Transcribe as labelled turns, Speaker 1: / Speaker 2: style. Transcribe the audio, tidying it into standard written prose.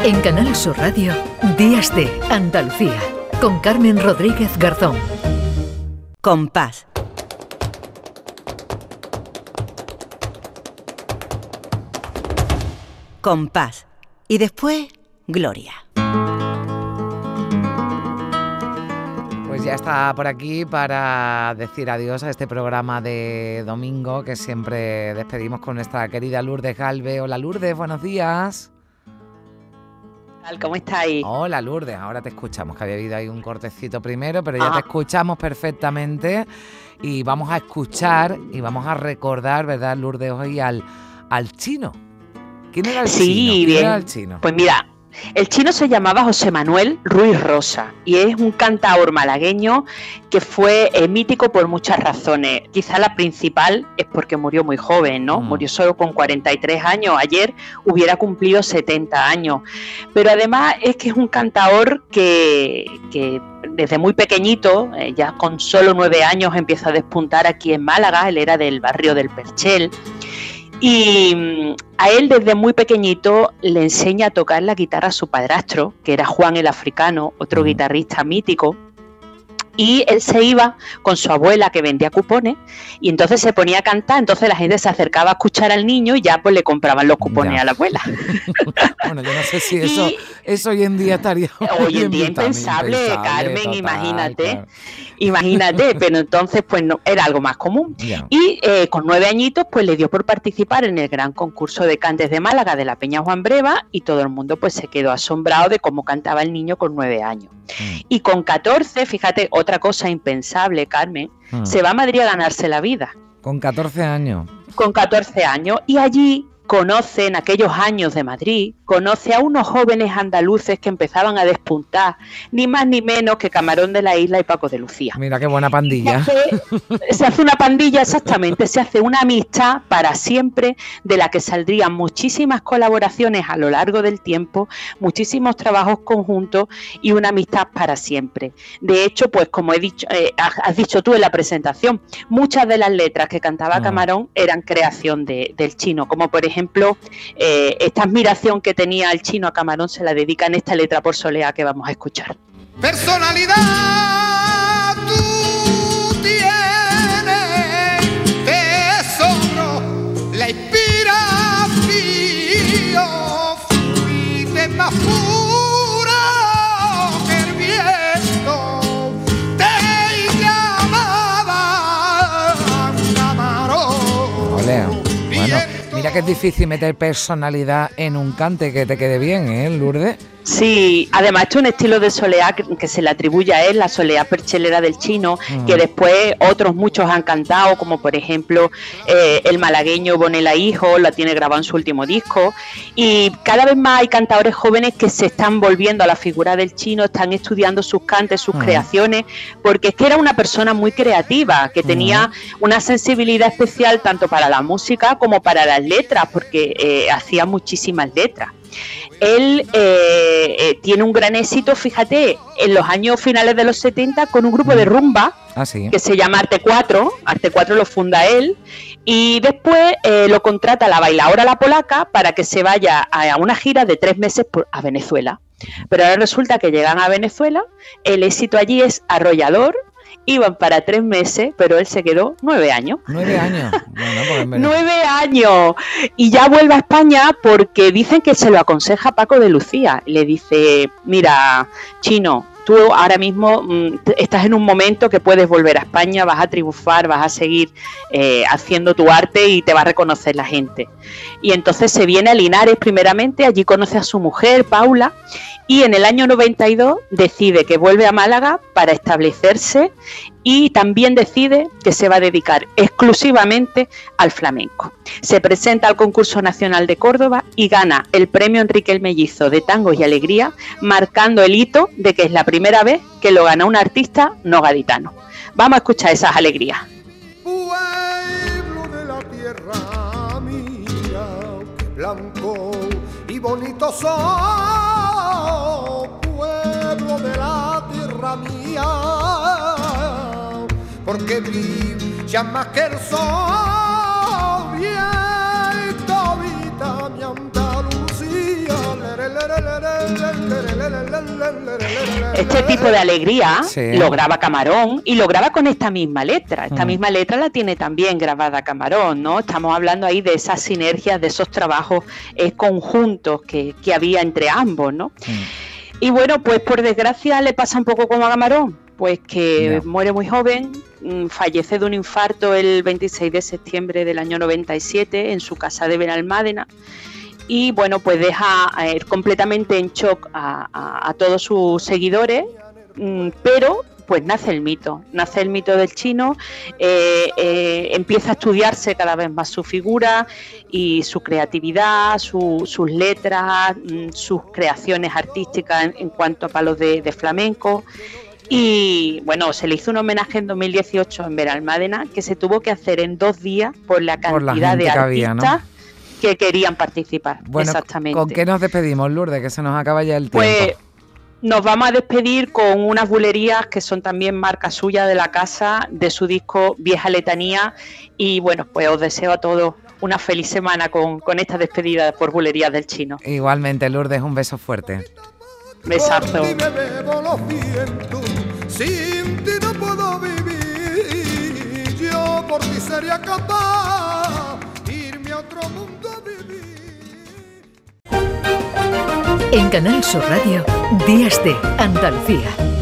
Speaker 1: En Canal Sur Radio, Días de Andalucía, con Carmen Rodríguez Garzón.
Speaker 2: Compás. Compás. Y después, Gloria.
Speaker 3: Pues ya está por aquí para decir adiós a este programa de domingo que siempre despedimos con nuestra querida Lourdes Galve. Hola Lourdes, buenos días.
Speaker 4: ¿Cómo estáis?
Speaker 3: Hola Lourdes, ahora te escuchamos, que había habido ahí un cortecito primero, pero ya te escuchamos perfectamente y vamos a escuchar y vamos a recordar, ¿verdad Lourdes, hoy al Chino? ¿Quién era el Chino?
Speaker 4: Sí, bien.
Speaker 3: Era el Chino?
Speaker 4: Pues mira, el Chino se llamaba José Manuel Ruiz Rosa y es un cantaor malagueño que fue mítico por muchas razones. Quizá la principal es porque murió muy joven, ¿no? Murió solo con 43 años. Ayer hubiera cumplido 70 años. Pero además es que es un cantaor que desde muy pequeñito, ya con solo 9 años, empieza a despuntar aquí en Málaga. Él era del barrio del Perchel. Y a él desde muy pequeñito le enseña a tocar la guitarra a su padrastro, que era Juan el Africano, otro guitarrista mítico. Y él se iba con su abuela que vendía cupones y entonces se ponía a cantar, entonces la gente se acercaba a escuchar al niño y ya pues le compraban los cupones a la abuela.
Speaker 3: Bueno, yo no sé si eso hoy en día estaría...
Speaker 4: Hoy en día impensable, Carmen, total, imagínate, pero entonces pues no, era algo más común. Yeah. Y con 9 añitos pues le dio por participar en el gran concurso de cantes de Málaga de la Peña Juan Breva y todo el mundo pues se quedó asombrado de cómo cantaba el niño con 9 años. Y con 14, fíjate, otra cosa impensable, Carmen, se va a Madrid a ganarse la vida.
Speaker 3: Con 14 años.
Speaker 4: Con 14 años. Y allí conoce, en aquellos años de Madrid, conoce a unos jóvenes andaluces que empezaban a despuntar, ni más ni menos que Camarón de la Isla y Paco de Lucía.
Speaker 3: Mira qué buena pandilla.
Speaker 4: Se hace una pandilla, exactamente, se hace una amistad para siempre, de la que saldrían muchísimas colaboraciones a lo largo del tiempo, muchísimos trabajos conjuntos y una amistad para siempre. De hecho, pues como he dicho, has dicho tú en la presentación, muchas de las letras que cantaba Camarón eran creación del Chino, como por ejemplo, esta admiración que tenía el Chino a Camarón se la dedica en esta letra por soleá que vamos a escuchar.
Speaker 5: Personalidad tú tienes, tesoro, la inspiración, fuiste más puro que el viento, te llamaba Camarón.
Speaker 3: Olea. Bueno, mira que es difícil meter personalidad en un cante que te quede bien, ¿eh, Lourdes?
Speaker 4: Sí, además esto es un estilo de soleá que se le atribuye a él, la soleá perchelera del Chino, que después otros muchos han cantado, como por ejemplo el malagueño Bonela Hijo, la tiene grabado en su último disco, y cada vez más hay cantadores jóvenes que se están volviendo a la figura del Chino, están estudiando sus cantes, sus creaciones, porque es que era una persona muy creativa, que tenía una sensibilidad especial tanto para la música como para las letras, porque hacía muchísimas letras. Él tiene un gran éxito, fíjate, en los años finales de los 70 con un grupo de rumba que se llama Arte 4. Arte 4 lo funda él y después lo contrata la bailaora La Polaca para que se vaya a una gira de 3 meses a Venezuela. Pero ahora resulta que llegan a Venezuela, el éxito allí es arrollador. Iban para 3 meses, pero él se quedó 9 años.
Speaker 3: 9 años. Bueno,
Speaker 4: 9 años. Y ya vuelve a España porque dicen que se lo aconseja Paco de Lucía. Le dice, mira, Chino, tú ahora mismo estás en un momento que puedes volver a España, vas a triunfar, vas a seguir haciendo tu arte y te va a reconocer la gente. Y entonces se viene a Linares primeramente, allí conoce a su mujer, Paula, y en el año 92 decide que vuelve a Málaga para establecerse y también decide que se va a dedicar exclusivamente al flamenco. Se presenta al Concurso Nacional de Córdoba y gana el Premio Enrique el Mellizo de Tangos y Alegría, marcando el hito de que es la primera vez que lo gana un artista no gaditano. Vamos a escuchar esas alegrías.
Speaker 5: Pueblo de la tierra mía, blanco y bonito soy, pueblo de la tierra mía, porque brilla más que el sol, viento habita mi Andalucía, lere, lere, lere.
Speaker 4: Este tipo de alegría
Speaker 3: Sí.
Speaker 4: lo graba Camarón y lo graba con esta misma letra. Esta misma letra la tiene también grabada Camarón, ¿no? Estamos hablando ahí de esas sinergias, de esos trabajos conjuntos que había entre ambos, ¿no? Y bueno, pues por desgracia le pasa un poco como a Camarón, pues que
Speaker 3: Ya.
Speaker 4: muere muy joven, fallece de un infarto el 26 de septiembre del año 97 en su casa de Benalmádena. Y bueno, pues deja completamente en shock a todos sus seguidores, pero pues nace el mito del Chino, empieza a estudiarse cada vez más su figura y su creatividad, sus letras, sus creaciones artísticas en cuanto a palos de flamenco. Y bueno, se le hizo un homenaje en 2018 en Benalmádena que se tuvo que hacer en 2 días por la cantidad
Speaker 3: gente
Speaker 4: de
Speaker 3: que había, ¿no?
Speaker 4: artistas que querían participar.
Speaker 3: Bueno,
Speaker 4: Exactamente.
Speaker 3: ¿con qué nos despedimos, Lourdes? Que se nos acaba ya el
Speaker 4: Pues
Speaker 3: tiempo.
Speaker 4: nos vamos a despedir con unas bulerías que son también marca suya de la casa, de su disco Vieja Letanía. Y bueno, pues os deseo a todos una feliz semana con esta despedida por Bulerías del Chino.
Speaker 3: Igualmente, Lourdes, un beso fuerte.
Speaker 4: Besazo.
Speaker 5: Por ti me bebo los vientos, sin ti no puedo vivir. Yo por ti sería capaz irme a otro mundo a vivir.
Speaker 1: En Canal Sur Radio, Días de Andalucía.